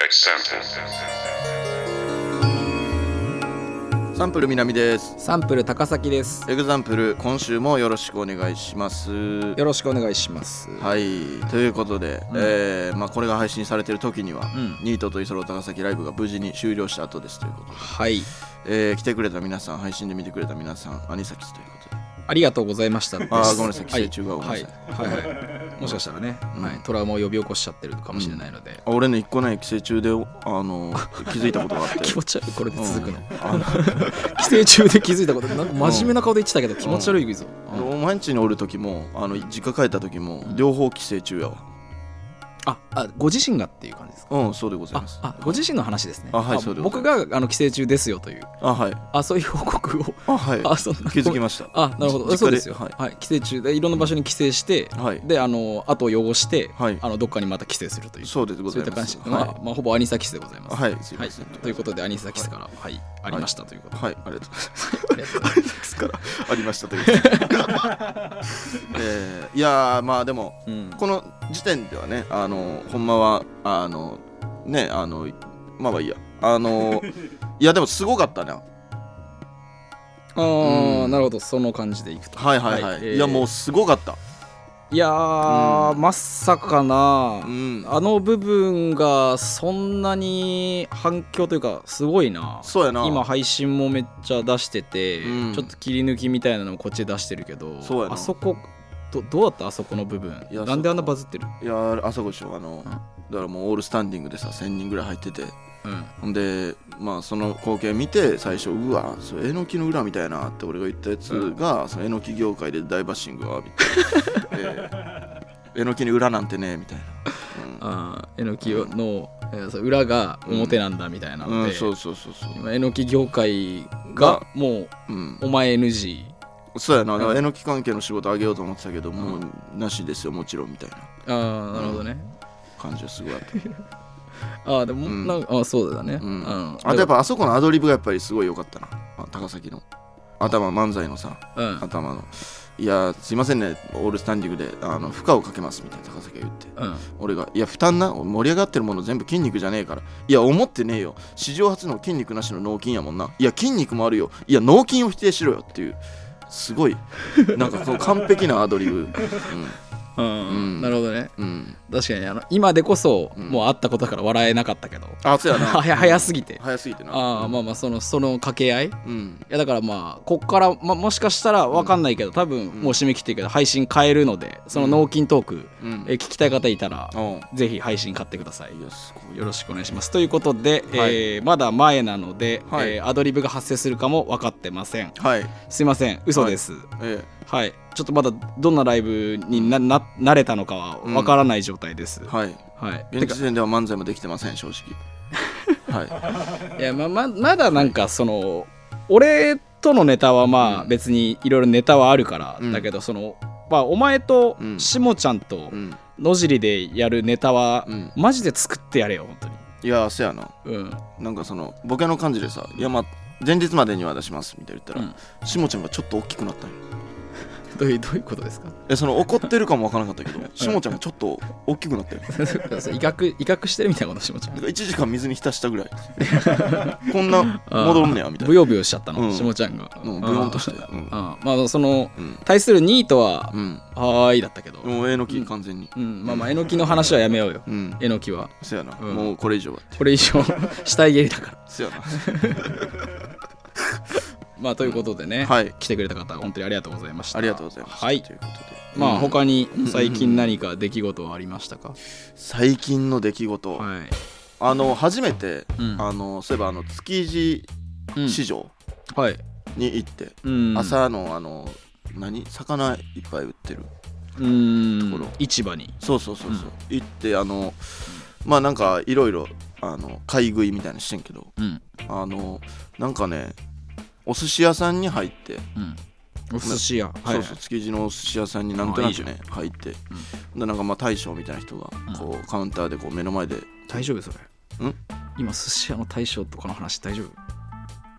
サンプル南です。 サンプル高崎です。 エグザンプル、今週もよろしくお願いします。 よろしくお願いします。 はい、ということで、これが配信されている時には、ニートとイソロ高崎ライブが無事に終了した後ですということで、 はい、 来てくれた皆さん、配信で見てくれた皆さん、アニサキスということでありがとうございましたです。 ごめんなさい、寄生虫がごめんなさい。 もしかしたらね、トラウマを呼び起こしちゃってるかもしれないので、 俺ね、一個ね、寄生虫で気づいたことがあって気持ち悪い、これで続くの、寄生虫で気づいたこと、なんか真面目な顔で言ってたけど、気持ち悪いぞ。 お前ん家におる時も実家帰った時も、両方寄生虫やわ。 ご自身がっていう感じですか？ そうでございます。 ご自身の話ですね。 はい、そうでございます。 僕が寄生虫ですよという、そういう報告を気づきました。 なるほど、そうですよ。寄生虫でいろんな場所に寄生して、で後を汚して、どっかにまた寄生するという、 そうでございます。 ほぼアニサキスでございます。 はい、すいません。 ということでアニサキスからありましたということで、 ありがとうございます。アニサキスからありましたということで、いやまあでもこの時点ではね、ほんまはまあいいや、いやでもすごかったな。 なるほど、その感じでいくと。 いやもうすごかった。 いやまさかな、あの部分がそんなに反響というかすごいな。 そうやな。 今配信もめっちゃ出してて、ちょっと切り抜きみたいなのもこっちで出してるけど、 そうやな。 あそこどうだった？あそこの部分なんであんなバズってる？ いやあそこでしょ、だからもうオールスタンディングでさ1000人ぐらい入ってて、ほんでその光景見て最初、うわそれえのきの裏みたいなって俺が言ったやつが、そのえのき業界で大バッシングを浴びてえのきに裏なんてねみたいな、 えのきの裏が表なんだみたいなので、今えのき業界がもうお前 NG。 そうやな、えのき関係の仕事あげようと思ってたけど、もうなしですよもちろんみたいな。 なるほどね。 感じはすごいあった。 でもなんかそうだね。 あとやっぱあそこのアドリブがやっぱりすごい良かったな。高崎の漫才のさ、頭のいやすいませんね、オールスタンディングで負荷をかけますみたいな高崎が言って、俺がいや負担な、盛り上がってるもの全部筋肉じゃねえから。いや思ってねえよ、史上初の筋肉なしの脳筋やもんな。いや筋肉もあるよ、いや脳筋を否定しろよっていう、すごいなんかこの完璧なアドリブ。 なるほどね。確かに今でこそもうあったことだから笑えなかったけど、 そうやな。 早すぎてな。 その掛け合い。いやだからこっからもしかしたら分かんないけど、多分もう締め切ってるけど配信変えるので、その脳筋トーク聞きたい方いたらぜひ配信買ってください。よろしくお願いします。ということで、まだ前なのでアドリブが発生するかも分かってません。すいません、嘘です。ちょっとまだどんなライブになれたのかはわからない状態です。 現時点では漫才もできてません、正直。 いやまだなんかその俺とのネタは別にいろいろネタはあるから、だけどそのお前としもちゃんと野尻でやるネタはマジで作ってやれよ本当に。 いやせやな。なんかそのボケの感じでさ、いや前日までには出しますみたいな言ったら、しもちゃんがちょっと大きくなったんよ。 どういうことですか？ その怒ってるかも分からなかったけど、しもちゃんがちょっと大きくなったよ。 威嚇してるみたいなこと、しもちゃん 1時間水に浸したぐらいこんな戻るんねやみたいな。 ブヨブヨしちゃったの、しもちゃんがブヨンとして。 その対するニートははーいだったけど、 もうえのき完全にえのきの話はやめようよ。えのきはそやな、もうこれ以上は死体蹴りだからそやな。 ということでね、来てくれた方本当にありがとうございました。 ありがとうございました。ということで、他に最近何か出来事はありましたか？ 最近の出来事、初めてそういえば築地市場に行って、朝の魚いっぱい売ってるところ、 市場にそう行ってなんかいろいろ買い食いみたいなしてんけど、なんかねお寿司屋さんに入って、 お寿司屋、 築地のお寿司屋さんになんとなくね入って、なんか大将みたいな人がこうカウンターでこう目の前で。 大丈夫それ？今寿司屋の大将とかの話大丈夫？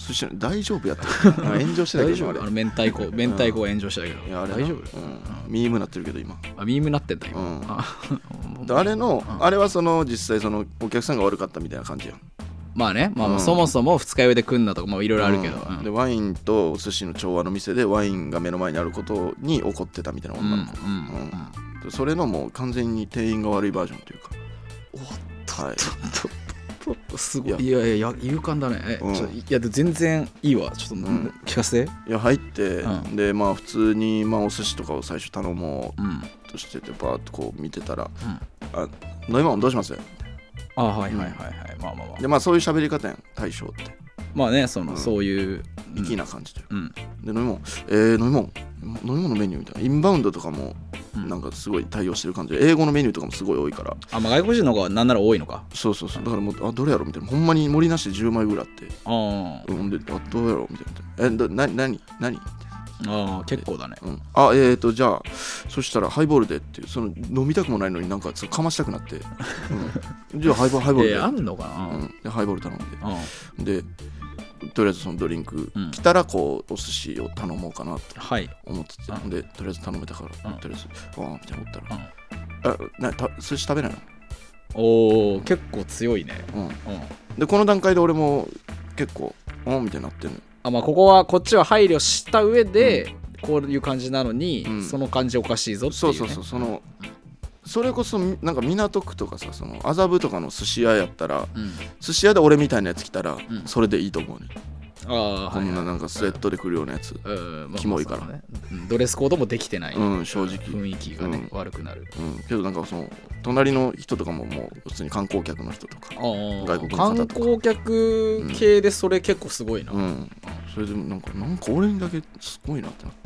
そして大丈夫やった炎上してたけど、 明太子炎上してたけど、いやあれ大丈夫、 ミームなってるけど今。 ミームなってんだ今、 あれの、あれはその実際そのお客さんが悪かったみたいな感じやん。 まあね、まあそもそも二日酔いで来んなとかもいろいろあるけど、 でワインとお寿司の調和の店でワインが目の前にあることに怒ってたみたいな女の子、それのもう完全に店員が悪いバージョンというか。 おっと、はい、すごい、いや勇敢だね。いや全然いいわ、ちょっと聞かせて。 いや入って、でまあ普通にまあお寿司とかを最初頼もうとしててバーッとこう見てたら、飲み物どうします？ はい、まあでまあそういう喋り方やん大将って。 まあね、そういう粋な感じで、で飲み物飲み物メニューみたいな、インバウンドとかもなんかすごい対応してる感じで、英語のメニューとかもすごい多いから。 まあ外国人の方がなんなら多いのか。 そうだからもうどれやろみたいな、ほんまに盛りなしで10枚ぐらいあって、でどうやろみたいな、何結構だね。 じゃあそしたらハイボールでっていう、その飲みたくもないのになんかかましたくなって、じゃあハイボールであんのかな、 でハイボール頼んで、とりあえずそのドリンク来たらこうお寿司を頼もうかなと思ってて、でとりあえず頼めたから、とりあえずみたいな思ったら、寿司食べないの？ 結構強いね。 でこの段階で俺も結構みたいになってんの。 まあこっちは配慮した上でこういう感じなのに、その感じおかしいぞっていうね。 そうそれこそなんか港区とかさ、その麻布とかの寿司屋やったら、寿司屋で俺みたいなやつ来たら、それでいいと思うね。こんななんかスウェットで来るようなやつ、キモいから、 ドレスコードもできてない、 正直雰囲気がね、悪くなる。 けどなんかその隣の人とかももう普通に観光客の人とか外国の方とか観光客系でそれ結構すごいな。 それでなんか俺にだけすごいなってなって、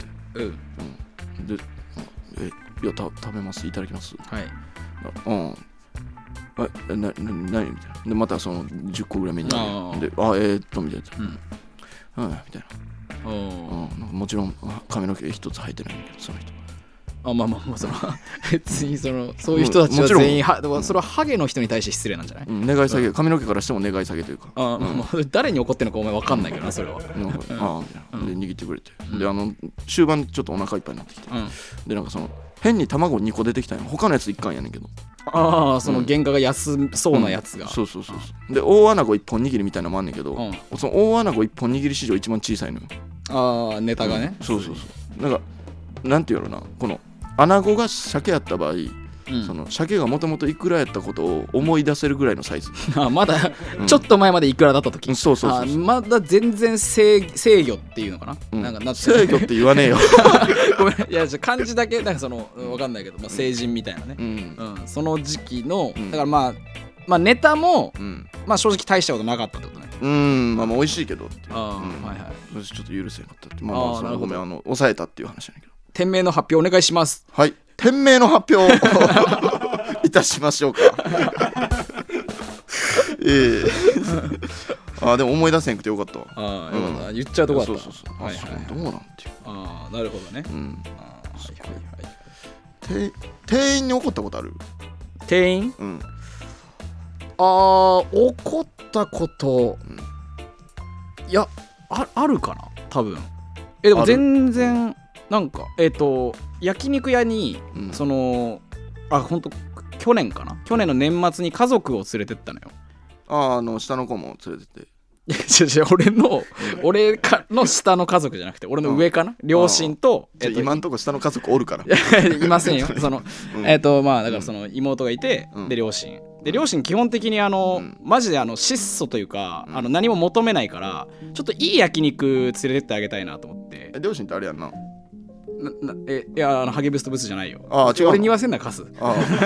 でいや食べます、いただきます、何みたいな。でまたその10個ぐらいメニューで、みたいな、みたいな。もちろん髪の毛一つ生えてないんだけど、その人。 まあその別にそういう人たちは全員それはハゲの人に対して失礼なんじゃない？ 願い下げ、髪の毛からしても願い下げというか。 誰に怒ってんのかお前分かんないけどな、それは。 みたいな。で握ってくれて、で終盤ちょっとお腹いっぱいになってきて、でなんかその変に卵2個出てきたんや。他のやつ1貫やねんけど、 その原価が安そうなやつが、 そうで大穴子1本握りみたいなのもあんねんけど、その大穴子1本握り史上一番小さいのよ。 ネタがね、 そうなんかなんていうのな、この穴子が鮭やった場合、その鮭がもともとイクラやったことを思い出せるぐらいのサイズ。 まだちょっと前までイクラだった時、 そうまだ全然制御っていうのかな、なんか制御って言わねえよ。 ごめん、いや漢字だけなんかその分かんないけど、成人みたいなね、その時期のだからまあネタもまあ正直大したことなかったってことね。 まあ美味しいけどっていう、ちょっと許せなかったって、まあごめん抑えたっていう話なんだけど。 店名の発表お願いします。 はい、店名の発表いたしましょうか。でも思い出せんくてよかったわ。 言っちゃうとこだった。 どうなんていう。 なるほどね。 店員に怒ったことある？ 店員？怒ったこと、いやあるかな多分。でも全然なんか焼肉屋にその本当去年の年末に家族を連れてったのよ。 下の子も連れてって。 俺の下の家族じゃなくて俺の上かな、両親と、 今んとこ下の家族おるから。 いませんよ。そのまあだからその妹がいて、で両親基本的にマジで質素というか、何も求めないから、ちょっといい焼肉連れてってあげたいなと思って。 両親ってあれやんな。 いやハゲブスとブスじゃないよ。 違う。 俺に言わせんなカス。違う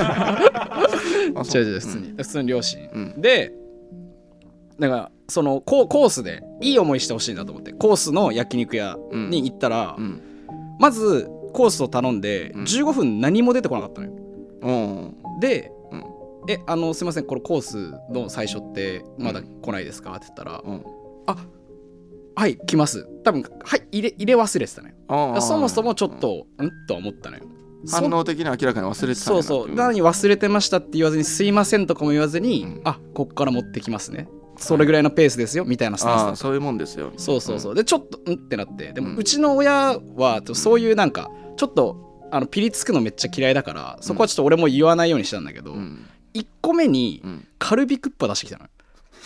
普通に両親、でだからそのコースでいい思いしてほしいなと思って、コースの焼肉屋に行ったら、まずコースを頼んで15分何も出てこなかったのよ。で、すいませんこれコースの最初ってまだ来ないですかって言ったら、はい来ます、多分入れ忘れてたのよ。そもそもちょっととは思ったのよ。 反応的に明らかに忘れてたんやな。 なのに忘れてましたって言わずに、すいませんとかも言わずに、こっから持ってきますねそれぐらいのペースですよみたいなスタンスだった。 そういうもんですよ。 そうそうそう。でちょっとってなって、でもうちの親はそういうなんかちょっとピリつくのめっちゃ嫌いだから、そこはちょっと俺も言わないようにしたんだけど、1個目にカルビクッパ出してきたの。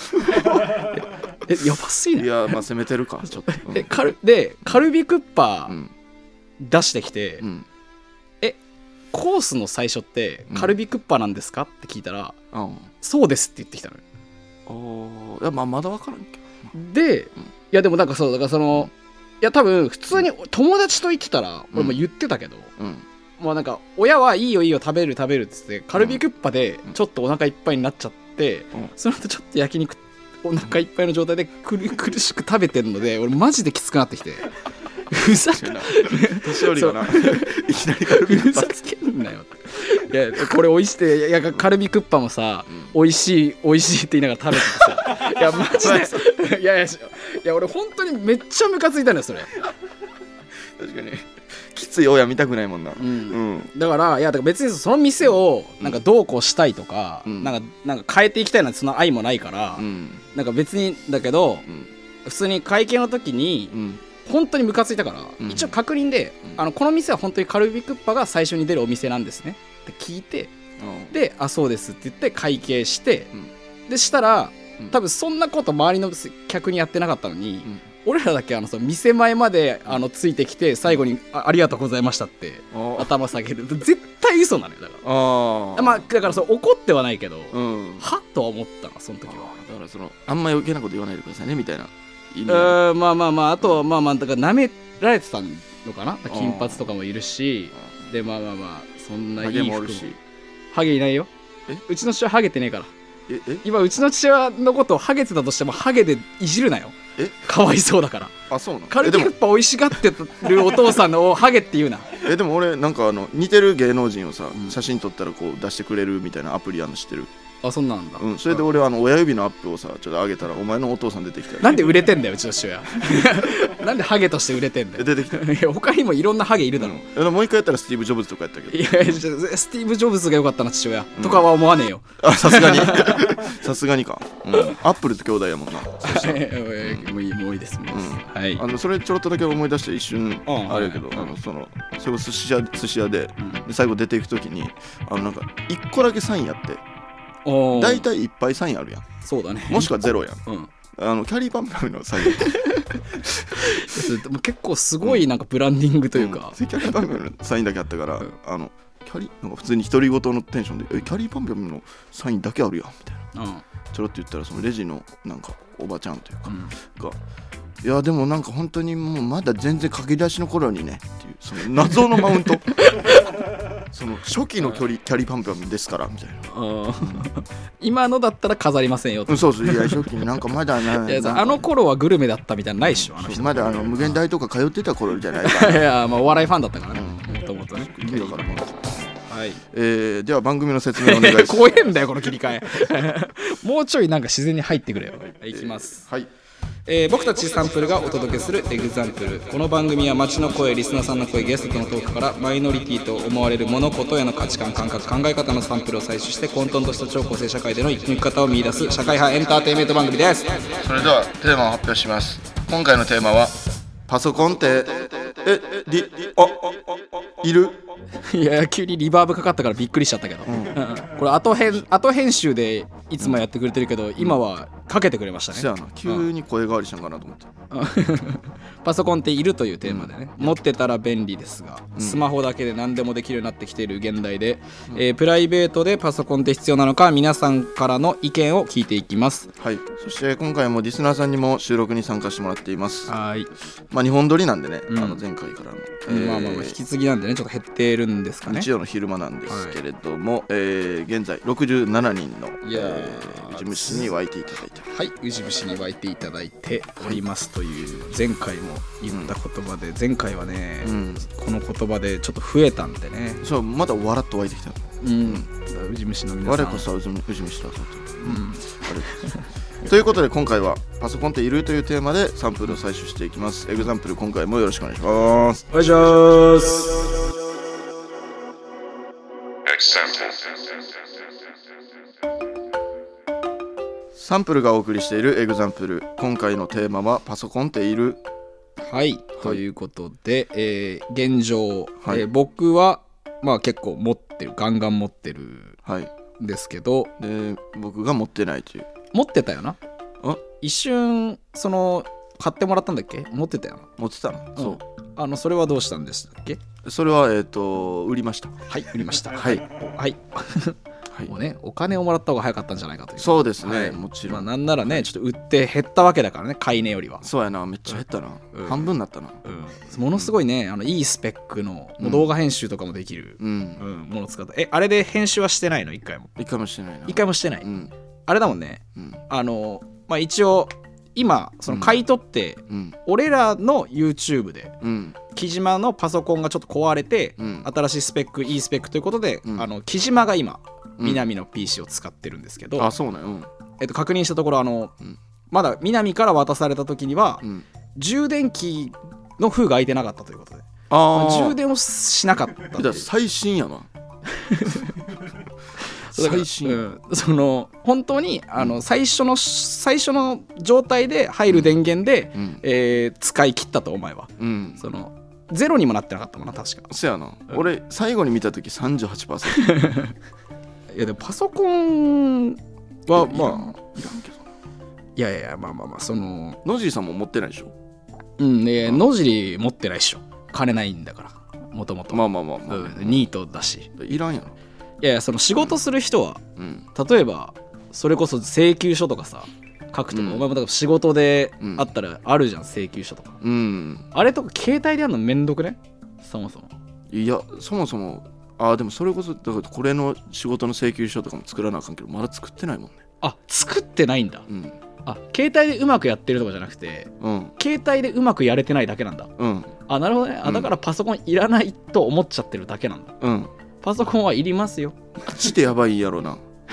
やばすぎない？ いやまあ攻めてるかちょっと。 カルビクッパ出してきて、コースの最初ってカルビクッパなんですかって聞いたら、そうですって言ってきたのよ。 いやまだ分からんけど。で、いやでもなんかそうだからいや多分普通に友達と言ってたら俺も言ってたけど、もうなんか親はいいよいいよ食べるっつってカルビクッパでちょっとお腹いっぱいになっちゃって、その後ちょっと焼肉お腹いっぱいの状態で苦しく食べてるので、俺マジできつくなってきて。ふざけんな年寄りがないきなりカルビクッパふざけんなよ。いやこれ美味しいって、いやカルビクッパもさ、美味しいって言いながら食べててさ、いやマジでいや俺本当にめっちゃムカついたのよそれ。 確かにきつい親見たくないもんな。 だから別にその店をなんかどうこうしたいとか、なんか変えていきたいなんてその愛もないから、なんか別にだけど、普通に会計の時に、本当にムカついたから、一応確認で、この店は本当にカルビクッパが最初に出るお店なんですねって聞いて、でそうですって言って会計して、でしたら多分そんなこと周りの客にやってなかったのに、俺らだけその店前までついてきて最後に ありがとうございましたって頭下げる。絶対嘘なのよ。だからだから怒ってはないけど、はっとは思ったなその時は。 だからあんま余計なこと言わないでくださいねみたいな。 まああとはだから舐められてたのかな。金髪とかもいるし、でまあそんないい服もハゲいないよ。うちの父親ハゲてねえから。今うちの父親のことをハゲてたとしてもハゲでいじるなよ。かわいそうだから。 そうなの？ カルビクッパ美味しがってるお父さんのハゲって言うな。 でも俺なんか似てる芸能人をさ、写真撮ったらこう出してくれるみたいなアプリ知ってる？ そんなんだ。 それで俺親指のアップをさちょっと上げたらお前のお父さん出てきたよ。 なんで売れてんだようちの父親。なんでハゲとして売れてんだよ。 出てきた。 いや他にもいろんなハゲいるだろ。 でももう一回やったらスティーブ・ジョブズとかやったけど。 いやスティーブ・ジョブズが良かったな父親、とかは思わねえよ。 さすがにさすがにか。アップルと兄弟やもんな。 もういいです。はい。 それちょろっとだけ思い出して一瞬あれやけど、それ寿司屋で最後出ていくときになんか1個だけサインやって。だいたいいっぱいサインあるやん。 そうだね。 もしくはゼロやん。キャリーパンパンのサイン結構すごいなんかブランディングというか、 キャリーパンパンのサインだけあったから、なんか普通に独り言のテンションでキャリーパンパンのサインだけあるやんみたいな、ちょろっと言ったらそのレジのなんかおばちゃんというか、がいやでもなんか本当にもうまだ全然書き出しの頃にねっていうその謎のマウントその初期のキャリーパンパンですからみたいな。 今のだったら飾りませんよと。 そういや初期になんかまだあの頃はグルメだったみたいなのないっしょ。 まだ無限大とか通ってた頃じゃないか。 いやお笑いファンだったからね、もともとね。 意味わからん。 はい、 では番組の説明お願いします。 怖えんだよこの切り替え。もうちょいなんか自然に入ってくれよ。いきます。 はい。 僕たちサンプルがお届けするエグザンプル。この番組は街の声、リスナーさんの声、ゲストとのトークからマイノリティと思われる物事への価値観、感覚、考え方のサンプルを採取して混沌とした超個性社会での生き抜き方を見出す社会派エンターテインメント番組です。 それではテーマを発表します。今回のテーマはパソコンっている？ いや急にリバーブかかったからびっくりしちゃったけど、これ後編集でいつもやってくれてるけど、今はかけてくれましたね。 そうやな、急に声変わりしたんかなと思って。 パソコンっているというテーマでね、持ってたら便利ですが、スマホだけで何でもできるようになってきている現代で、プライベートでパソコンって必要なのか、皆さんからの意見を聞いていきます。 はい。そして今回もリスナーさんにも収録に参加してもらっています。 はい。 2本撮りなんでね、前回からの、 引き継ぎなんでね、ちょっと減ってるんですかね。 日曜の昼間なんですけれども、現在67人のウジ虫に湧いていただいて、 はい、ウジ虫に湧いていただいておりますという、前回も言った言葉で、前回はね、この言葉でちょっと増えたんでね。 そう、まだわらっと湧いてきた。 ウジ虫の皆さん、 我こそウジ虫だぞと。ということで今回はパソコンっているというテーマでサンプルを採取していきます。エグザンプル、今回もよろしくお願いします。 お願いします。 サンプルがお送りしているエグザンプル。今回のテーマはパソコンっている？ はい、ということで、現状、僕はまあ結構ガンガン持ってるんですけど、 で僕が持ってないという。 持ってたよな。一瞬買ってもらったんだっけ？持ってたよな。 持ってたの、そう。 それはどうしたんでしたっけ？ それは売りました。 はい、売りました。 はいはいもうね、お金をもらった方が早かったんじゃないかという。 そうですね、もちろん。 なんならね、ちょっと売って減ったわけだからね、買い値よりは。 そうやな、めっちゃ減ったな、半分になったな、 ものすごいね、いいスペックの動画編集とかもできる、ものを使った。あれで編集はしてないの？一回もしてないな。一回もしてない、あれだもんね、まあ一応今買い取って、俺らの YouTube で、木島のパソコンがちょっと壊れて、新しいスペック、いいスペックということで、木島が今南の PC を使ってるんですけど、 そうね、 確認したところまだ南から渡された時には、充電器の封が開いてなかったということで、充電をしなかったっていう。 最新やな最新、 本当に最初の状態で入る電源で、使い切ったと。お前は、ゼロにもなってなかったもんな、確か。 そうやな、俺最後に見た時 38%。 いやでもパソコンはまあいらんけど。 いやまあ野尻さんも持ってないでしょ。 野尻持ってないでしょ。金ないんだから、もともと。 まあニートだしいらんやろ。 いや仕事する人は、例えばそれこそ請求書とかさ書くとか、お前もだから仕事であったらあるじゃん、請求書とか、あれとか携帯でやるのめんどくね、そもそも。いやそもそもでもそれこそだからこれの仕事の請求書とかも作らなあかんけど、まだ作ってないもんね。 作ってないんだ。携帯でうまくやってるとかじゃなくて、携帯でうまくやれてないだけなんだ。なるほどね。だからパソコンいらないと思っちゃってるだけなんだ。パソコンはいりますよ。 マジでやばいやろな。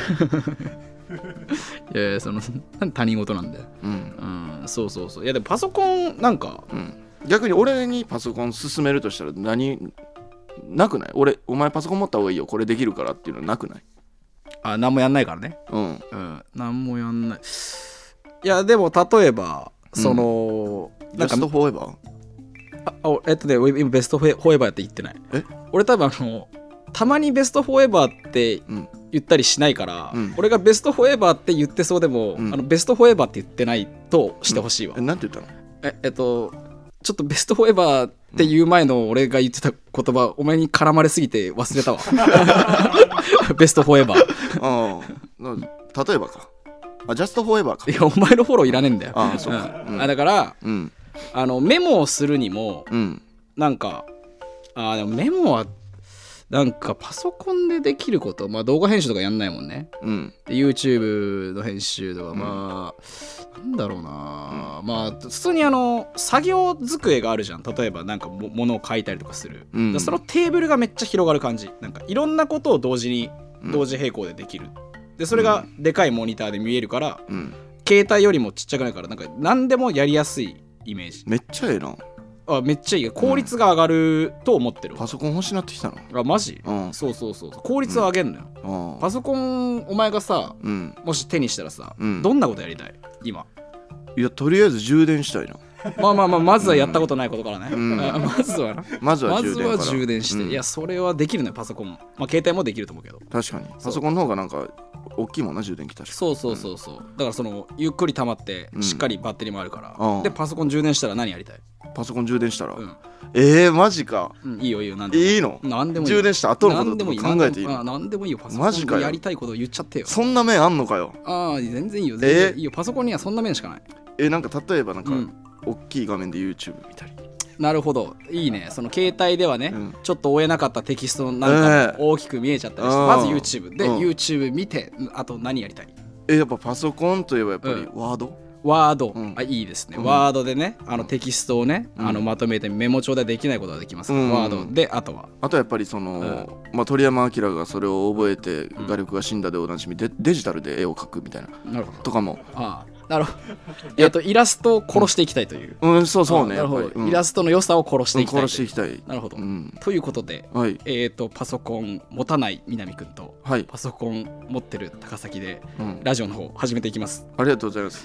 いやなんで他人事なんだよ。そういやでもパソコンなんか、 逆に俺にパソコン勧めるとしたらなくない？お前パソコン持った方がいいよ、これできるからっていうのなくない？ 何もやんないからね。何もやんない。いやでも例えばベストフォーエバー？今ベストフォーエバーやって言ってない。俺多分たまにベストフォーエバーって言ったりしないから、俺がベストフォーエバーって言ってそうでも、ベストフォーエバーって言ってないとしてほしいわ。 なんて言ったの？ちょっとベストフォーエバーっていう前の俺が言ってた言葉、お前に絡まれすぎて忘れたわ。ベストフォーエバー。例えばか。ジャストフォーエバーか。 いやお前のフォローいらねえんだよ。 そうか。 だから、メモをするにも、なんかでもメモはなんかパソコンでできること、動画編集とかやんないもんね。で YouTube の編集とかなんだろうな、普通に作業机があるじゃん。例えばなんか物を書いたりとかする、そのテーブルがめっちゃ広がる感じ。なんかいろんなことを同時並行でできる。でそれがでかいモニターで見えるから、携帯よりもちっちゃくないから、なんか何でもやりやすいイメージ。 めっちゃええな。 めっちゃいい。効率が上がると思ってる。 パソコン欲しなってきたの？ マジ？そう効率を上げるのよ。パソコンお前がさ、もし手にしたらさ、どんなことやりたい今？ いやとりあえず充電したいな。 まずはやったことないことからね。まずは充電して、いやそれはできるのよパソコン。携帯もできると思うけど。 確かにパソコンの方がなんか大きいもんな、充電器。確かに。 そうだからゆっくり溜まってしっかりバッテリーもあるから、でパソコン充電したら何やりたい？ パソコン充電したら、マジか。 いいよなんでもいいの？ なんでもいい。 充電した後のこととか考えていいの？ なんでもいいよ。パソコンでやりたいこと言っちゃってよ。 そんな面あんのかよ。 全然いいよ。全然いいよ。パソコンにはそんな面しかない。 なんか例えばなんか、大きい画面で YouTube 見たり。 なるほど、いいね。携帯ではね、ちょっと追えなかったテキストなんか大きく見えちゃったりして、まず YouTube で、YouTube 見て、あと何やりたい？ やっぱパソコンといえばやっぱりワード、 いいですね。ワードでね、テキストをね、まとめてメモ帳でできないことができますから、ワードで。あとやっぱり鳥山明がそれを覚えて画力が死んだでおなじみでデジタルで絵を描くみたいなとかもなるほど。イラストを殺していきたいという。 そうね。 なるほど。イラストの良さを殺していきたい。 殺していきたい。 なるほど。ということで、パソコン持たない南くんと、パソコン持ってる高崎で、ラジオの方始めていきます。 ありがとうございます。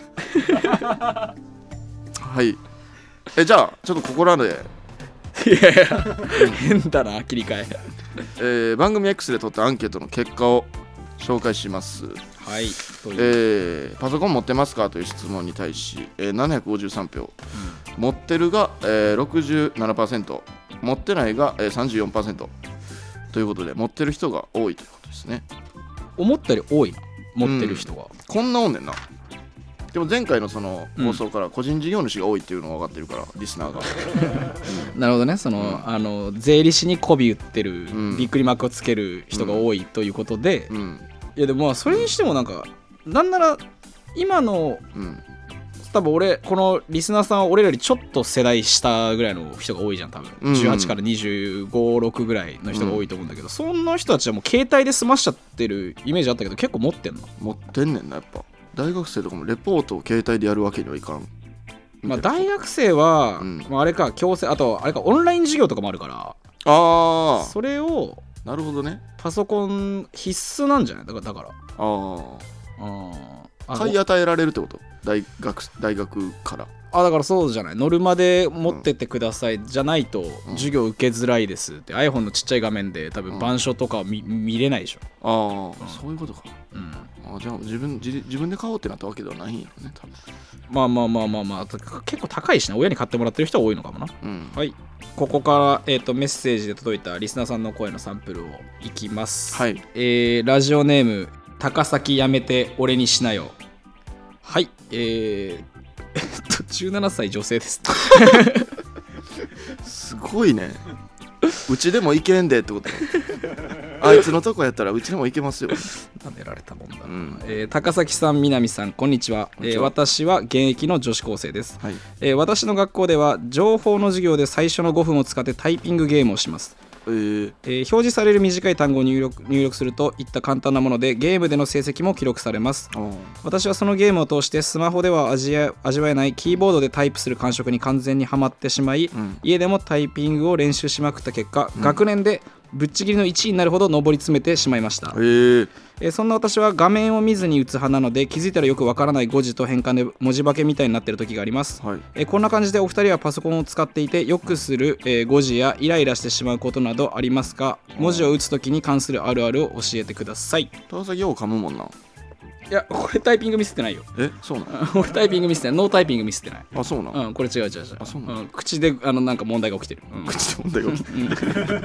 はい。じゃあちょっとここらで。 いやいや、変だな、切り替え。番組 X で取ったアンケートの結果を紹介します。 はい。 パソコン持ってますかという質問に対し、753票、持ってるが、67%、持ってないが、34% ということで、持ってる人が多いということですね。 思ったより多いな、持ってる人が。 こんなもんねんな。でも前回のその放送から個人事業主が多いっていうのが分かってるからリスナーがなるほどね。税理士に媚び売ってる、びっくりマークをつける人が多いということで、いやでもまあそれにしてもなんなら今の、多分このリスナーさんは俺らよりちょっと世代下ぐらいの人が多いじゃん。多分18から25、6ぐらいの人が多いと思うんだけど、そんな人たちはもう携帯で済ましちゃってるイメージあったけど、結構持ってんの？ 持ってんねんな。やっぱ大学生とかもレポートを携帯でやるわけにはいかん。 まあ大学生は、あれか強制、あとあれかオンライン授業とかもあるから、それをなるほどね。 パソコン必須なんじゃない？だから買い与えられるってこと？大学から。 だからそうじゃない。ノルマで持ってってください、じゃないと授業受けづらいですって、iPhone のちっちゃい画面で多分板書とかは見れないでしょ。 そういうことか。じゃあ自分で買おうってなったわけではないんやろね、多分。 まあ結構高いしね。親に買ってもらってる人は多いのかもな。はい。ここから、メッセージで届いたリスナーさんの声のサンプルをいきます。 はい。 ラジオネーム高崎やめて俺にしなよ。はい。17歳女性ですすごいね。うちでもいけんでってことあいつのとこやったらうちでもいけますよ。 舐められたもんだ。高崎さん、南さん、こんにちは。私は現役の女子高生です。私の学校では情報の授業で最初の5分を使ってタイピングゲームをします。表示される短い単語を入力するといった簡単なもので、ゲームでの成績も記録されます。私はそのゲームを通してスマホでは味わえないキーボードでタイプする感触に完全にはまってしまい、家でもタイピングを練習しまくった結果、学年でぶっちぎりの1位になるほど上り詰めてしまいました。そんな私は画面を見ずに打つ派なので、気づいたらよくわからない誤字と変換で文字化けみたいになっている時があります。こんな感じでお二人はパソコンを使っていてよくする、誤字やイライラしてしまうことなどありますか？文字を打つ時に関するあるあるを教えてください。 高崎よう噛むもんな。 いや、これタイピングミスってないよ。 そうなの？俺タイピングミスってない。ノータイピングミスってない。 そうなの？ これ違う。 そうなの？ 口でなんか問題が起きてる。 口で問題が起きてる。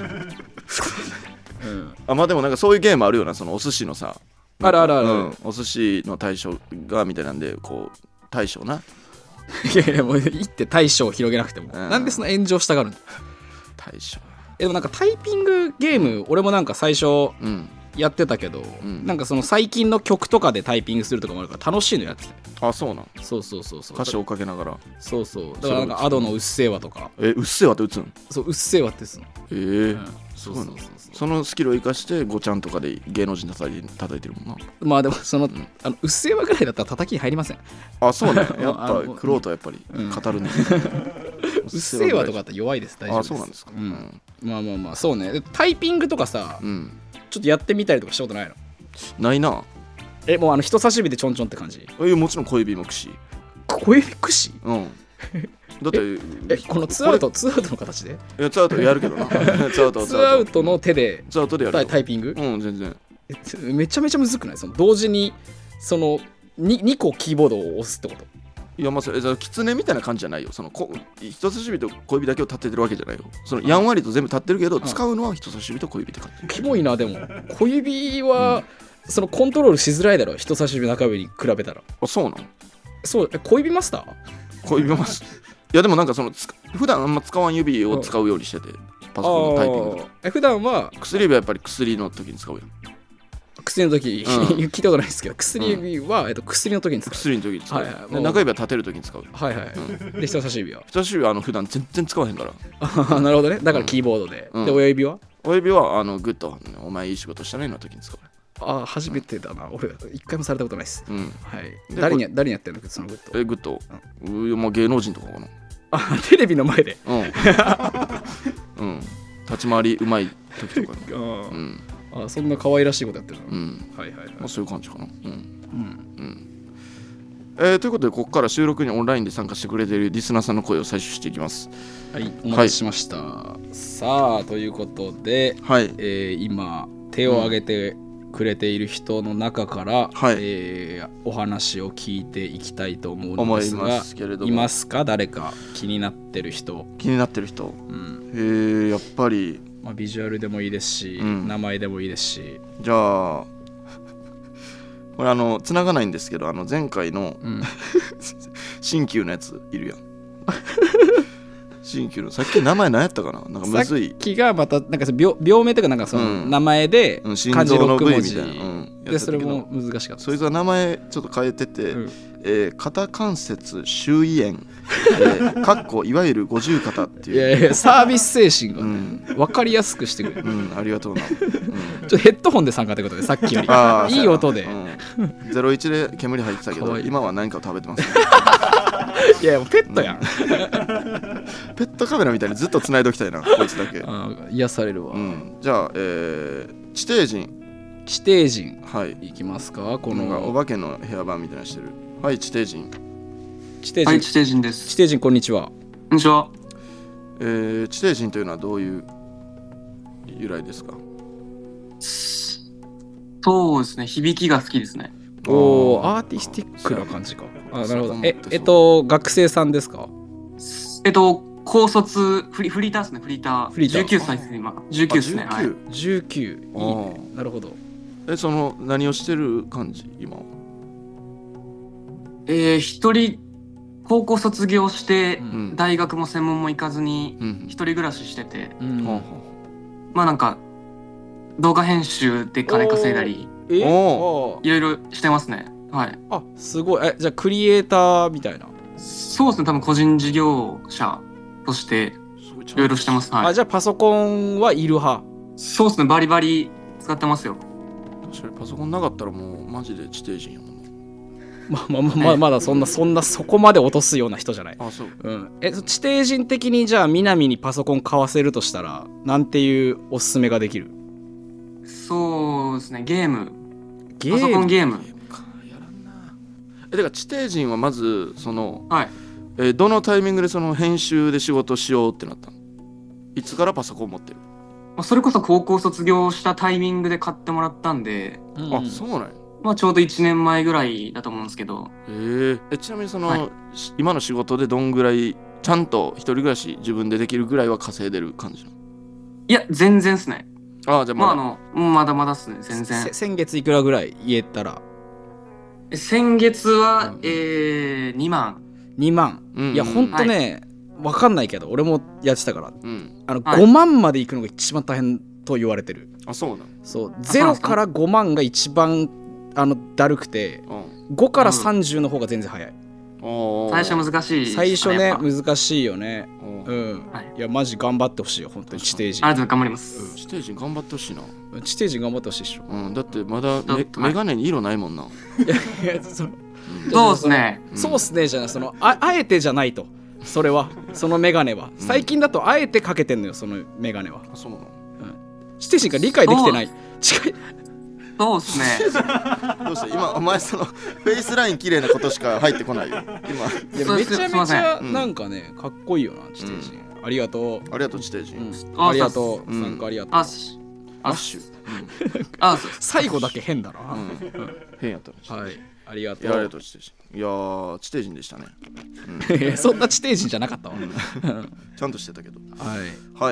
まあでもなんかそういうゲームあるよな。そのお寿司のさ、 ある、 お寿司の大将がみたいなんで、こう大将な。 いやもういって大将を広げなくても、なんでその炎上したがるの？ 大将。 でもなんかタイピングゲーム俺もなんか最初やってたけど、なんかその最近の曲とかでタイピングするとかもあるから楽しいのやってて。 そうなん。 そう歌詞をかけながら。 そうだからなんかアドのうっせぇわとか。 うっせぇわって打つん？ そう、うっせぇわって打つの。 そうそのスキルを生かして5ちゃんとかで芸能人叩いてるもんな。 まあでもそのうっせぇわぐらいだったら叩きに入りません。 そうね。やっぱクロートはやっぱり語るね。 うっせぇわとかだったら弱いです。大丈夫です。 そうなんですか。 まあそうね。タイピングとかさ、ちょっとやってみたりとかしたことないの？ ないな。 もう人差し指でちょんちょんって感じ？ もちろん小指も串。 小指串？だってこのツーアウトの形で？ いやツーアウトやるけどな。ツーアウトの手でやるタイピング？ 全然。 めちゃめちゃむずくない？その同時にその 2個キーボードを押すってこと？ いやまあそれキツネみたいな感じじゃないよ。その人差し指と小指だけを立ててるわけじゃないよ。そのやんわりと全部立ってるけど、使うのは人差し指と小指って感じ。 キモいな。でも小指は、そのコントロールしづらいだろ、人差し指中指に比べたら。 そうなの？ そう。小指マスター？ 小指マスター。いやでもなんかその普段あんま使わん指を使うようにしてて、パソコンのタイピング。 普段は薬指はやっぱり薬の時に使うよ。 薬の時、聞いたことないですけど、薬指は、薬の時に使う。 薬の時に使う。中指は立てる時に使う。 で人差し指は普段全然使わへんから。 なるほどね。だからキーボードで。で親指はグッとお前いい仕事したねの時に使う。 初めてだな。俺一回もされたことないです。はい。誰にやってるのそのグッド。 グッド、まあ芸能人とかかな。 テレビの前で。 立ち回りうまい時とか。 そんな可愛らしいことやってるの。 はいはいはい。まあそういう感じかな。ということでここから収録にオンラインで参加してくれているリスナーさんの声を採取していきます。 はい、お待ちしました。さあということで、今手を挙げてくれている人の中から、お話を聞いていきたいと思うのですが、いますか？誰か気になってる人。 やっぱり、 ビジュアルでもいいですし、名前でもいいですし。 じゃあこれ繋がないんですけど、前回の、新旧のやついるやん。新旧のさっき名前何やったかな、なんかむずい。 さっきがまたなんか病名とかなんかその名前で漢字6文字で、それも難しかった。 そいつは名前ちょっと変えてて、肩関節周囲炎かっこいわゆる五十肩っていう。 サービス精神が分かりやすくしてくれる。 ありがとうな。 ちょっとヘッドホンで参加ってことで、さっきよりいい音で。 01で煙入ってたけど、今は何かを食べてます。 いやペットやん。 ペットカメラみたいにずっと繋いでおきたいな、こいつだけ。 癒されるわ。 じゃあ地底人。いきますか。このお化けの部屋版みたいなしてる。はい、地底人。 はい、地底人です。 地底人、こんにちは。 こんにちは。 地底人というのはどういう由来ですか？ そうですね、響きが好きですね。 アーティスティックな感じか。なるほど。学生さんですか？ 高卒フリーターですね。フリーター。19歳ですね、今。19ですね。はい。 19。いいね。なるほど。 何をしてる感じ今は？ 一人高校卒業して、大学も専門も行かずに一人暮らししてて、まあなんか動画編集で金稼いだりいろいろしてますね。はい。 すごい。じゃあクリエイターみたいな。 そうですね、多分個人事業者としていろいろしてます。 じゃあパソコンはいる派？ そうですね、バリバリ使ってますよ。 確かにパソコンなかったらもうマジで地底人やもん。 まだそこまで落とすような人じゃない。 そう。 地底人的にじゃあ南にパソコン買わせるとしたらなんていうおすすめができる？ そうですね、パソコンゲーム。やらんな。だから地底人はまずどのタイミングで編集で仕事しようってなったの？いつからパソコン持ってる？ それこそ高校卒業したタイミングで買ってもらったんで。 そうなんや。 ちょうど1年前ぐらいだと思うんですけど。 ちなみに今の仕事でどんぐらいちゃんと一人暮らし自分でできるぐらいは稼いでる感じなの？ いや全然っすね。 じゃあまだまだっすね、全然。 先月いくらぐらい言えたら？ 先月は、2万。 2万。いやほんとね、分かんないけど俺もやってたから、5万までいくのが一番大変と言われてる。 そうなの？ そう、0から5万が一番だるくて、5から30の方が全然早い。 最初難しい。 最初ね、難しいよね。いやマジ頑張ってほしいよ、本当に地底人。 ありがとう、頑張ります。 地底人頑張ってほしいな。 地底人頑張ってほしいっしょ。 だってまだメガネに色ないもんな。 そうっすね。 そうっすねじゃない、あえてじゃないと。それはそのメガネは最近だとあえてかけてんのよ、そのメガネは。 そうなの？ 地底人が理解できてない。 そうっすね。 どうして今お前フェイスライン綺麗なことしか入ってこないよ今。めちゃめちゃなんかね、かっこいいよな地底人。ありがとう。 ありがとう地底人。 ありがとう。参加ありがとう。 アッシュ。 最後だけ変だな。 変やった。 はい。ありがとう。 ありがとう地底人。いや地底人でしたね。 そんな地底人じゃなかったわ。 ちゃんとしてたけど。 はい。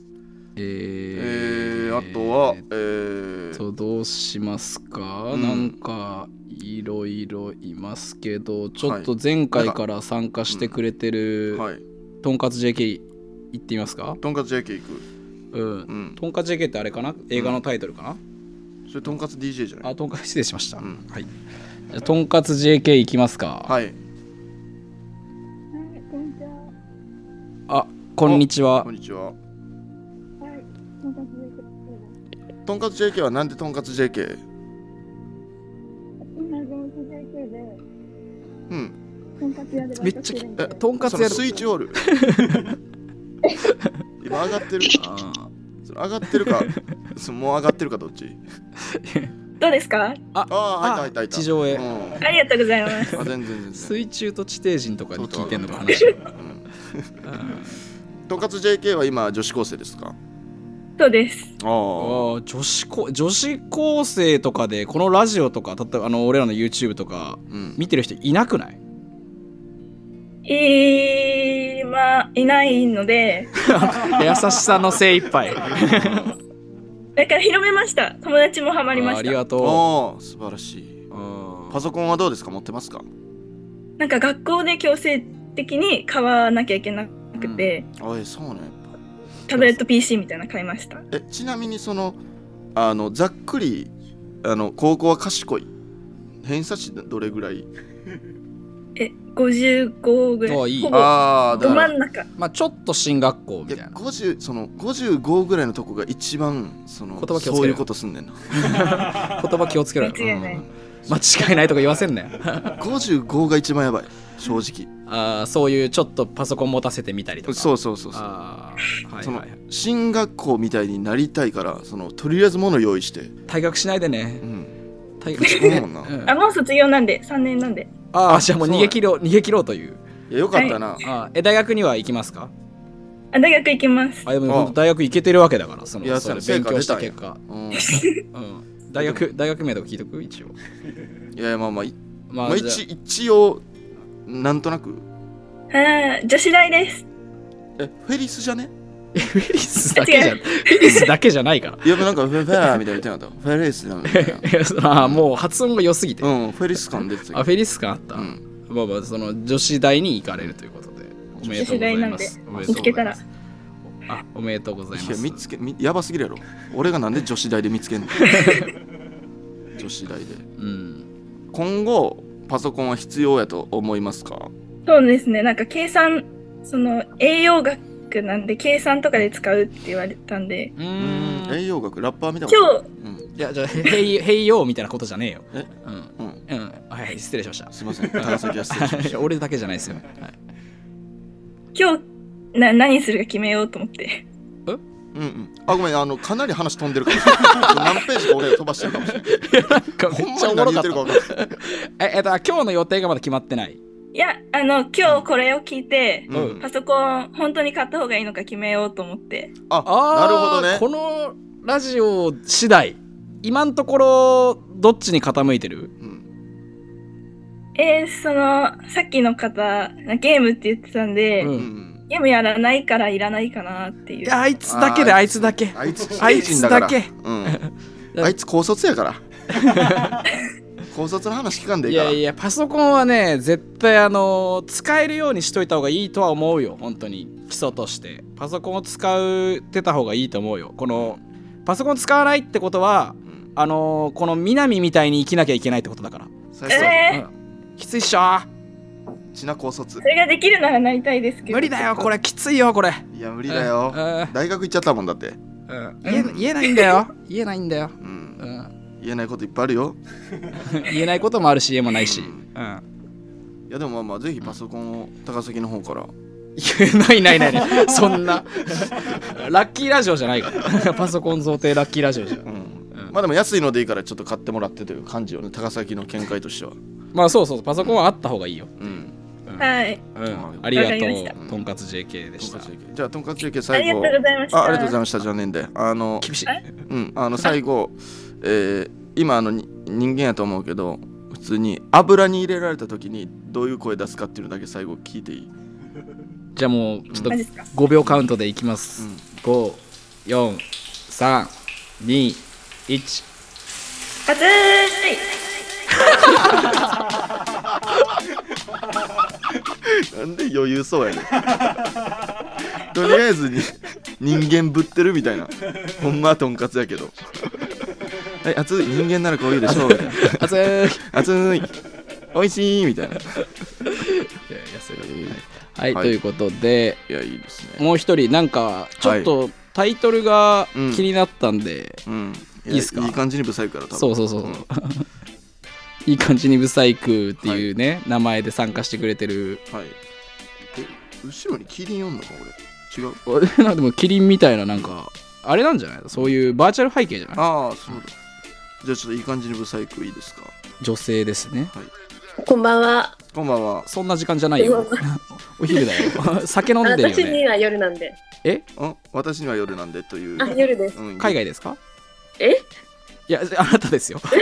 あとはどうしますか？なんかいろいろいますけど、ちょっと前回から参加してくれてるとんかつ JK 行ってみますか？ とんかつ JK 行く？とんかつ JK ってあれかな？映画のタイトルかな？ それとんかつ DJ じゃない？ とんかつ失礼しました。はい。じゃとんかつ JK 行きますか？ はい。 こんにちは。 こんにちは。とんかつ JK はなんでとんかつ JK？ とんかつ屋でバイトしてるんで。 とんかつ屋でスイッチオール今上がってる上がってるかもう上がってるかどっちどうですか？ 入った地上へ、 ありがとうございます。 全然水中と地底人とかに聞いてんのか話は。 とんかつ JK は今女子高生ですか？ そうです。 女子高生とかでこのラジオとか例えば俺らの YouTube とか見てる人いなくない？ まあいないので優しさの精一杯だから広めました。友達もハマりました。 ありがとう。素晴らしい。パソコンはどうですか？持ってますか？ なんか学校で強制的に買わなきゃいけなくて、 そうね。 タブレット PC みたいなの買いました。 ちなみにざっくり高校は賢い偏差値どれぐらい ？55ぐらい。ほぼど真ん中。 まあちょっと進学校みたいな。 55ぐらいのとこが一番そういうことすんねんな。 言葉気をつけろよ。 間違いない。 間違いないとか言わせんなよ。 55が一番やばい。正直。 そういうちょっとパソコン持たせてみたりとか。 そう。進学校みたいになりたいからとりあえず物用意して。 退学しないでね。 退学しないもんな。 もう卒業なんで3年なんで。 じゃあもう逃げ切ろうという。 いやよかったな。 大学には行きますか？ 大学行きます。 でも大学行けてるわけだからそれ勉強した結果。大学名とか聞いとく一応。 いやまあ一応なんとなく。 女子大です。 フェリスじゃね？ フェリスだけじゃないから。 いやなんかフェラーみたいな言ってなかった。フェリスみたいな。 もう発音が良すぎて。 フェリス感出てた。 フェリス感あった。まあ女子大に行かれるということでおめでとうございます。 見つけたら。 おめでとうございます。 やばすぎるやろ。俺がなんで女子大で見つけんの？女子大で。今後パソコンは必要やと思いますか？ そうですね。なんか計算栄養学なんで計算とかで使うって言われたんで。 栄養学ラッパーみたいな。 じゃあ併用みたいなことじゃねえよ。はい失礼しました。 すいません。高崎は失礼しました。 俺だけじゃないですよ。 今日何するか決めようと思って。 ごめんかなり話飛んでるかもしれない。何ページか俺飛ばしてるかもしれない。 なんかめっちゃおもろかった。今日の予定がまだ決まってない。 いや今日これを聞いて、パソコン本当に買った方がいいのか決めようと思って。 なるほどね。 このラジオ次第今のところどっちに傾いてる？ さっきの方ゲームって言ってたんで、ゲームやらないからいらないかなっていう。 あいつだけ。あいつだけ。 あいつ高卒やから。高卒の話聞かんでいいから。 いやパソコンはね絶対使えるようにしといた方がいいとは思うよ。本当に基礎としてパソコンを使ってた方がいいと思うよ。このパソコン使わないってことは、この南みたいに生きなきゃいけないってことだから。きついっしょ。 ちな高卒。 それができるならなりたいですけど。 無理だよこれきついよこれ。 いや無理だよ。大学行っちゃったもんだって。 言えないんだよ。言えないないこといっぱいあるよ。 言えないこともあるし言えもないし。いやでもぜひパソコンを高崎の方から。 ないそんなラッキーラジオじゃないからパソコン贈呈ラッキーラジオじゃでも安いのでいいからちょっと買ってもらってという感じよね。高崎の見解としては。 そうパソコンはあった方がいいよ。 はい。 ありがとう。とんかつ JK でした。 じゃあとんかつ JK 最後。 ありがとうございました。 ありがとうございました。じゃあねんで厳しい。 最後今人間やと思うけど普通に油に入れられた時にどういう声出すかっていうのだけ最後聞いていい？ じゃあもうちょっと5秒カウントでいきます。5、4、3、2、1。 熱い。 なんで余裕そうやねん。とりあえずに人間ぶってるみたいな。ほんまはとんかつやけど。はい、熱い人間ならこういうでしょうみたいな。熱いおいしいみたいな。 はい、ということで、 いやいいですね。 もう一人なんかちょっとタイトルが気になったんで、いいですか？ いい感じにブサイクから多分。 そういい感じにブサイクっていうね、はい、名前で参加してくれてる。はい。 後ろにキリンおんのか俺。違う。なんでもキリンみたいななんかあれなんじゃない？そういうバーチャル背景じゃない？ ああ、そうだ。じゃあちょっといい感じにブサイクいいですか？ 女性ですね。 はい。こんばんは。 こんばんは。 そんな時間じゃないよ。お昼だよ。酒飲んでるよね。 私には夜なんで。 私には夜なんでという。 あ、夜です。 海外ですか？いや、あなたですよ。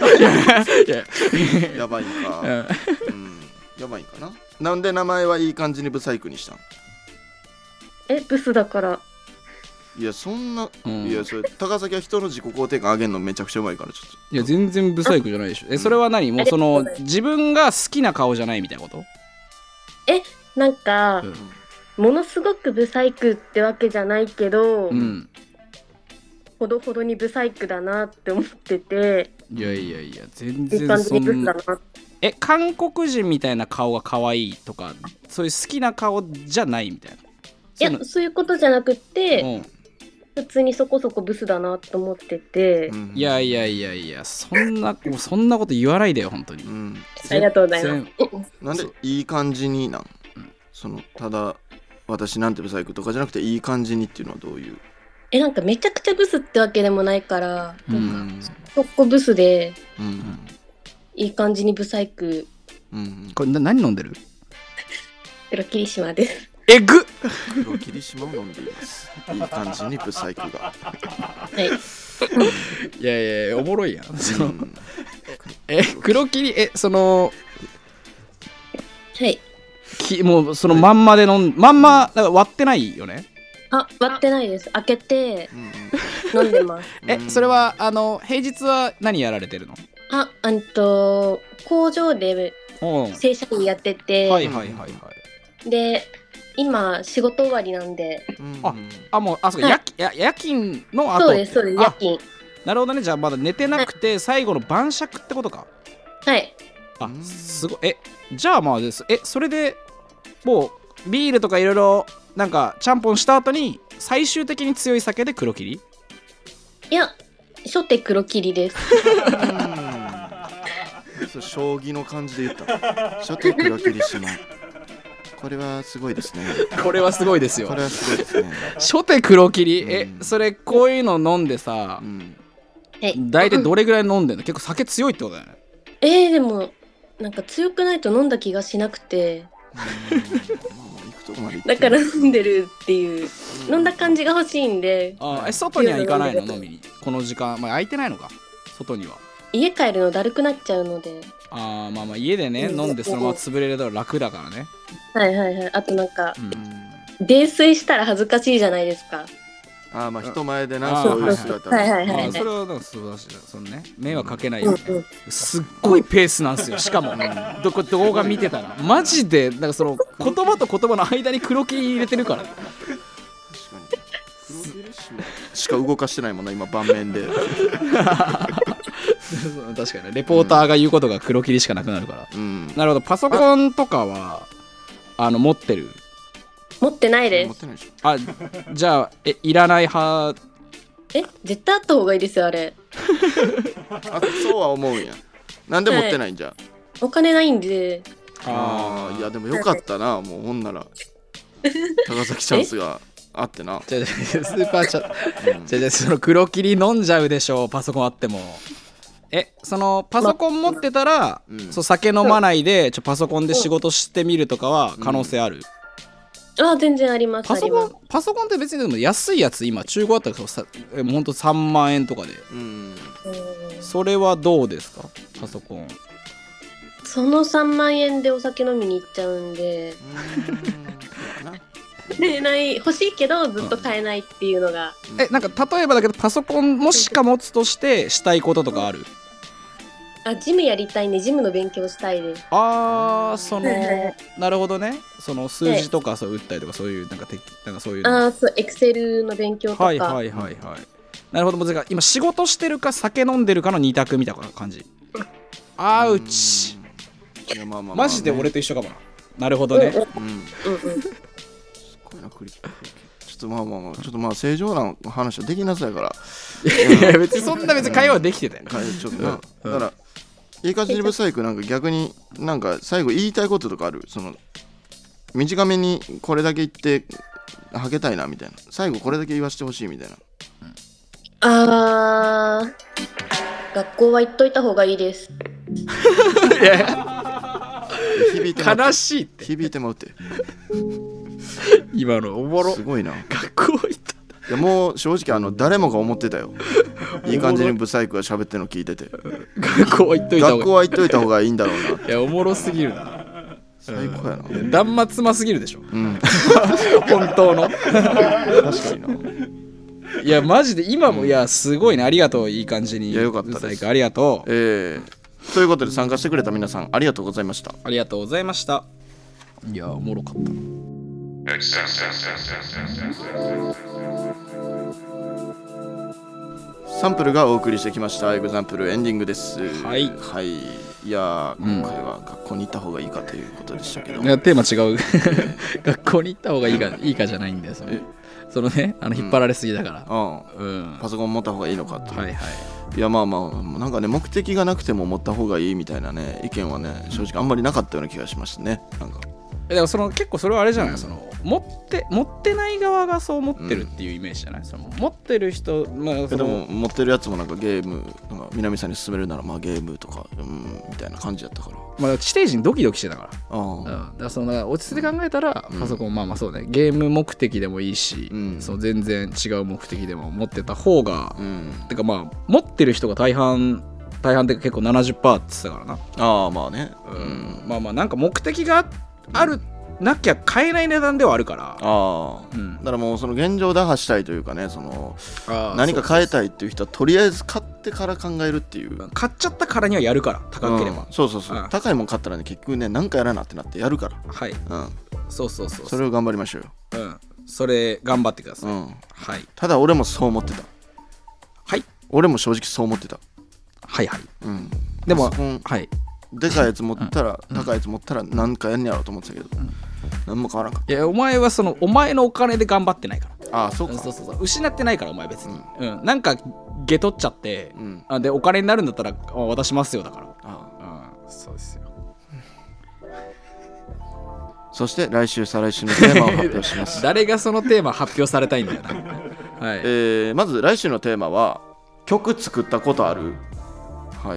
やばいんか。やばいんかな。なんで名前はいい感じにブサイクにしたん？ ブスだから。 いや、そんな、いや、それ高崎は人の自己肯定感上げるのめちゃくちゃうまいから、ちょっと。 いや、全然ブサイクじゃないでしょ。それは何？もうその自分が好きな顔じゃないみたいなこと？ なんか、ものすごくブサイクってわけじゃないけど、ほどほどにブサイクだなって思ってて。 いや、全然そんな。韓国人みたいな顔が可愛いとか、そういう好きな顔じゃないみたいな。 いや、そういうことじゃなくて、普通にそこそこブスだなと思ってて。 いや、そんなこと言わないでよ、本当に。 ありがとうございます。 なんでいい感じにただ私なんてブサイクとかじゃなくていい感じにっていうのはどういう？ なんかめちゃくちゃブスってわけでもないから、そこブスで、いい感じにブサイク。 これ何飲んでる？ 黒霧島です。 黒霧島を飲んでいます。いい感じにブサイクが。 はい。 いやおもろいやん。黒霧はい。 もうそのまんまでだから割ってないよね。 割ってないです。開けて飲んでます。 それは平日は何やられてるの？ 工場で正社員やってて、で今仕事終わりなんで、 もうそうか、夜勤の後。 そうです夜勤。 なるほどね。じゃあまだ寝てなくて最後の晩酌ってことか。 はい。 すごい。じゃあまあです。それでもうビールとかいろいろなんかちゃんぽんした後に最終的に強い酒で黒霧？ いや、初手黒霧です。 将棋の感じで言った。初手黒霧島。これはすごいですね。 これはすごいですよ。 これはすごいですね。 初手黒霧？それこういうの飲んでさ、大体どれぐらい飲んでんの？結構酒強いってことだよね。 でもなんか強くないと飲んだ気がしなくて、だから飲んでるっていう、飲んだ感じが欲しいんで。 外には行かないの？飲みにこの時間、空いてないのか外には。 家帰るのだるくなっちゃうので。 まあ家でね、飲んでそのまま潰れると楽だからね。 はい。あとなんか、泥酔したら恥ずかしいじゃないですか。 人前でな、そういう姿。 それはなんか素晴らしい。そのね、迷惑かけないように。すっごいペースなんですよ。しかも動画見てたらマジでなんかその言葉と言葉の間に黒霧入れてるから。確かに。 黒霧しか動かしてないもんな今盤面で。 確かにね、レポーターが言うことが黒霧しかなくなるから。なるほど。パソコンとかは持ってる？ 持ってないです。 じゃあいらない派？ 絶対あった方がいいですよあれ。 そうは思うんや。なんで持ってないんじゃ？ お金ないんで。 いやでもよかったな。もうほんなら高崎チャンスがあってな。 スーパーチャその黒霧飲んじゃうでしょ、パソコンあっても。そのパソコン持ってたら、酒飲まないでパソコンで仕事してみるとかは可能性ある？ 全然あります。 パソコンって別にでも安いやつ今中古あったらほんと3万円とかで。それはどうですかパソコン？ その3万円でお酒飲みに行っちゃうんで。欲しいけどずっと買えないっていうのが。 なんか例えばだけどパソコンもしか持つとしてしたいこととかある？ ジムやりたいんでジムの勉強したいです。 なるほどね。その数字とかそう打ったりとかそういうなんかそういう。 そうエクセルの勉強とか。 はい。なるほど。もう今仕事してるか酒飲んでるかの2択みたいな感じ。アウチ。マジで俺と一緒かもな。なるほどね。すごいなちょっと正常な話はできなさいから。 いや別にそんな会話はできてたよ。 ちょっとだからいい感じにブサイクなんか逆になんか最後言いたいこととかある？その短めにこれだけ言ってはけたいなみたいな、最後これだけ言わせてほしいみたいな。学校は言っといた方がいいです。 いや悲しいって、 響いてもうて今のおもろすごいな。 学校行った。 いやもう正直誰もが思ってたよ。いい感じにブサイクが喋ってるの聞いてて、 学校は言っといた方がいいんだろうな。 いやおもろすぎるな。 最高やな。 断末魔すぎるでしょ、本当の。確かにな。 いやマジで今も、いやすごいね、ありがとう。いい感じに。 いやよかったです。 ありがとう。 ということで参加してくれた皆さんありがとうございました。 ありがとうございました。いやおもろかった。 サンプルがお送りしてきましたエグザンプルエンディングです。 はい、 はい、いや今回は学校に行った方がいいかということでしたけど、 いやテーマ違う学校に行った方がいいかじゃないんだよ。そのね引っ張られすぎだから、 パソコン持った方がいいのかっていう、 はいはい、 いやまあなんかね目的がなくても持った方がいいみたいなね意見はね正直あんまりなかったような気がしましたね。なんかでも結構それはあれじゃない、持ってない側がそう思ってるっていうイメージじゃない、持ってる人、でも持ってるやつもなんかゲームなんか南さんに勧めるならゲームとかみたいな感じだったから、 地底人ドキドキしてたから、だから落ち着いて考えたら、パソコンそうね、ゲーム目的でもいいし、全然違う目的でも持ってた方が、てか持ってる人が大半っていうか結構 70% って言ってたからな。 まあね、 なんか目的があるなきゃ買えない値段ではあるから、だからもうその現状打破したいというかね、何か買えたいっていう人はとりあえず買ってから考えるっていう、 買っちゃったからにはやるから、高ければ、 そう、高いもん買ったらね結局ね何かやらなってなってやるから、 はい、そうそれを頑張りましょうよ。それ頑張ってください。はい。 ただ俺もそう思ってた。 はい。 俺も正直そう思ってた。 はい。でもはい。 でかいやつ持ったら、高いやつ持ったら何かやんねやろうと思ってたけど、何も変わらんかった。 いやお前はお前のお金で頑張ってないから。 そうか。 そう失ってないからお前別に。なんかゲ取っちゃって、でお金になるんだったら渡しますよだから。そうですよ。 そして来週再来週のテーマを発表します。 誰がそのテーマ発表されたいんだよな。 はい。まず来週のテーマは曲作ったことある？はい。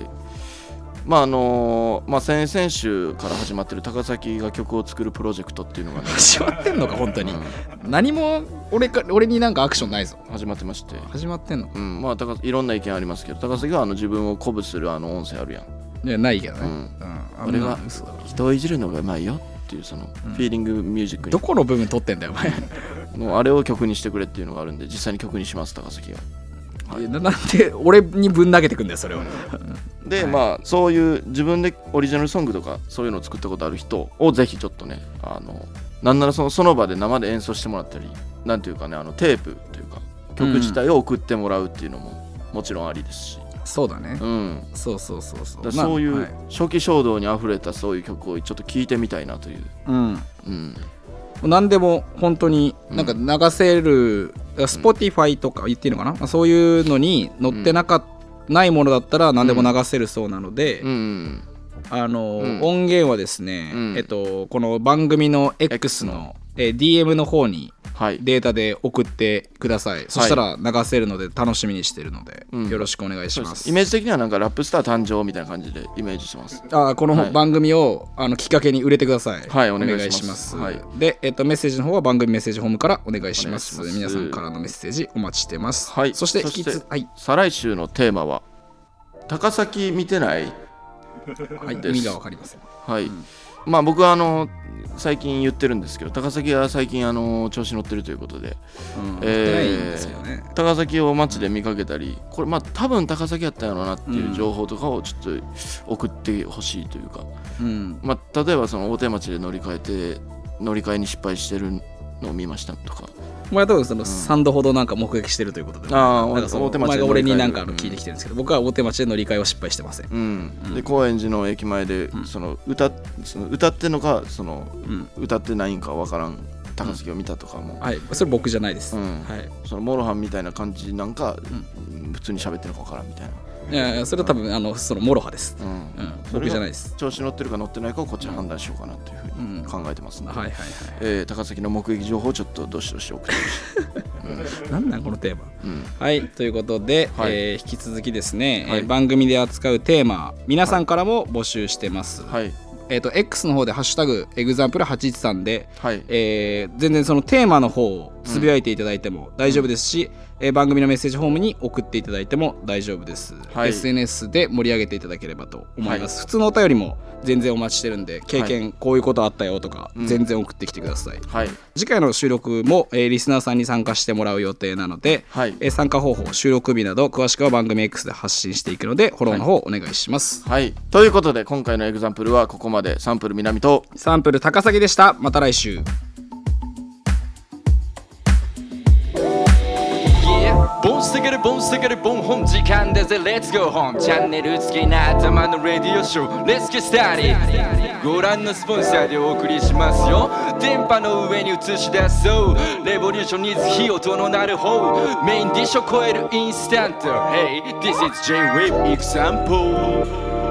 先々週から始まってる高崎が曲を作るプロジェクトっていうのがね、 始まってんのか本当に、何も俺になんかアクションないぞ。 始まってまして。 始まってんの？ いろんな意見ありますけど、高崎は自分を鼓舞する音声あるやん。 いやないけどね。 俺は人をいじるのがうまいよっていうフィーリングミュージックに、 どこの部分撮ってんだよお前。 もうあれを曲にしてくれっていうのがあるんで、実際に曲にします。高崎は。 なんで俺にぶん投げてくんだよそれを。 でそういう自分でオリジナルソングとかそういうのを作ったことある人をぜひちょっとね、なんならその場で生で演奏してもらったり、なんていうかね、テープというか曲自体を送ってもらうっていうのももちろんありですし、 そうだね。そうそういう初期衝動にあふれたそういう曲をちょっと聴いてみたいなという。 何でも本当になんか流せる、Spotify とか言っていいのかな、そういうのに載ってないものだったら何でも流せるそうなので、音源はですね、この番組の X のDM の方にデータで送ってください。そしたら流せるので楽しみにしてるので、よろしくお願いします。 イメージ的にはなんかラップスター誕生みたいな感じでイメージしてます。 この番組をきっかけに売れてください。 はい、お願いします。 で、メッセージの方は番組メッセージホームからお願いします。皆さんからのメッセージお待ちしてます。そして再来週のテーマは高崎見てない？ 意味がわかりません。 はい。僕は最近言ってるんですけど、高崎は最近調子乗ってるということで、高崎を街で見かけたり、これ多分高崎やったんやろうなっていう情報とかをちょっと送ってほしいというか、例えば大手町で乗り換えに失敗してるのを見ましたとか。 お前は多分3度ほどなんか目撃してるということで、大手町で俺になんか聞いてきてるんですけど、僕は大手町で乗り換えを失敗してません。 で高円寺の駅前で歌ってんのか歌ってないんか分からん高崎を見たとかも、 それ僕じゃないです。 モロハンみたいな感じなんか普通に喋ってるのか分からんみたいな。 いやそれは多分そのモロハです、僕じゃないです。 調子乗ってるか乗ってないかをこっち判断しようかなというふうに考えてますので、高崎の目撃情報をちょっとどしどし送ってほしい。 なんなんこのテーマ、はいということで、引き続きですね、番組で扱うテーマ皆さんからも募集してます。X の方でハッシュタグエグザンプル813で、全然そのテーマの方をつぶやいていただいても大丈夫ですし、番組のメッセージフォームに送っていただいても大丈夫です、SNS で盛り上げていただければと思います、普通のお便りも全然お待ちしてるんで、経験こういうことあったよとか、全然送ってきてください、次回の収録も、リスナーさんに参加してもらう予定なので、参加方法収録日など詳しくは番組 X で発信していくのでフォローの方お願いします、 ということで今回のエグザンプルはここまで。サンプル南とサンプル高崎でした。また来週。 ボンステケルボンステケルボン本時間だぜ Let's go home チャンネル付きな頭のレディオショー Let's get started ご覧のスポンサーでお送りしますよ。電波の上に映し出そうレボリューションにず火音の鳴る方メインディッシュを超えるインスタント Hey this is J-Wave example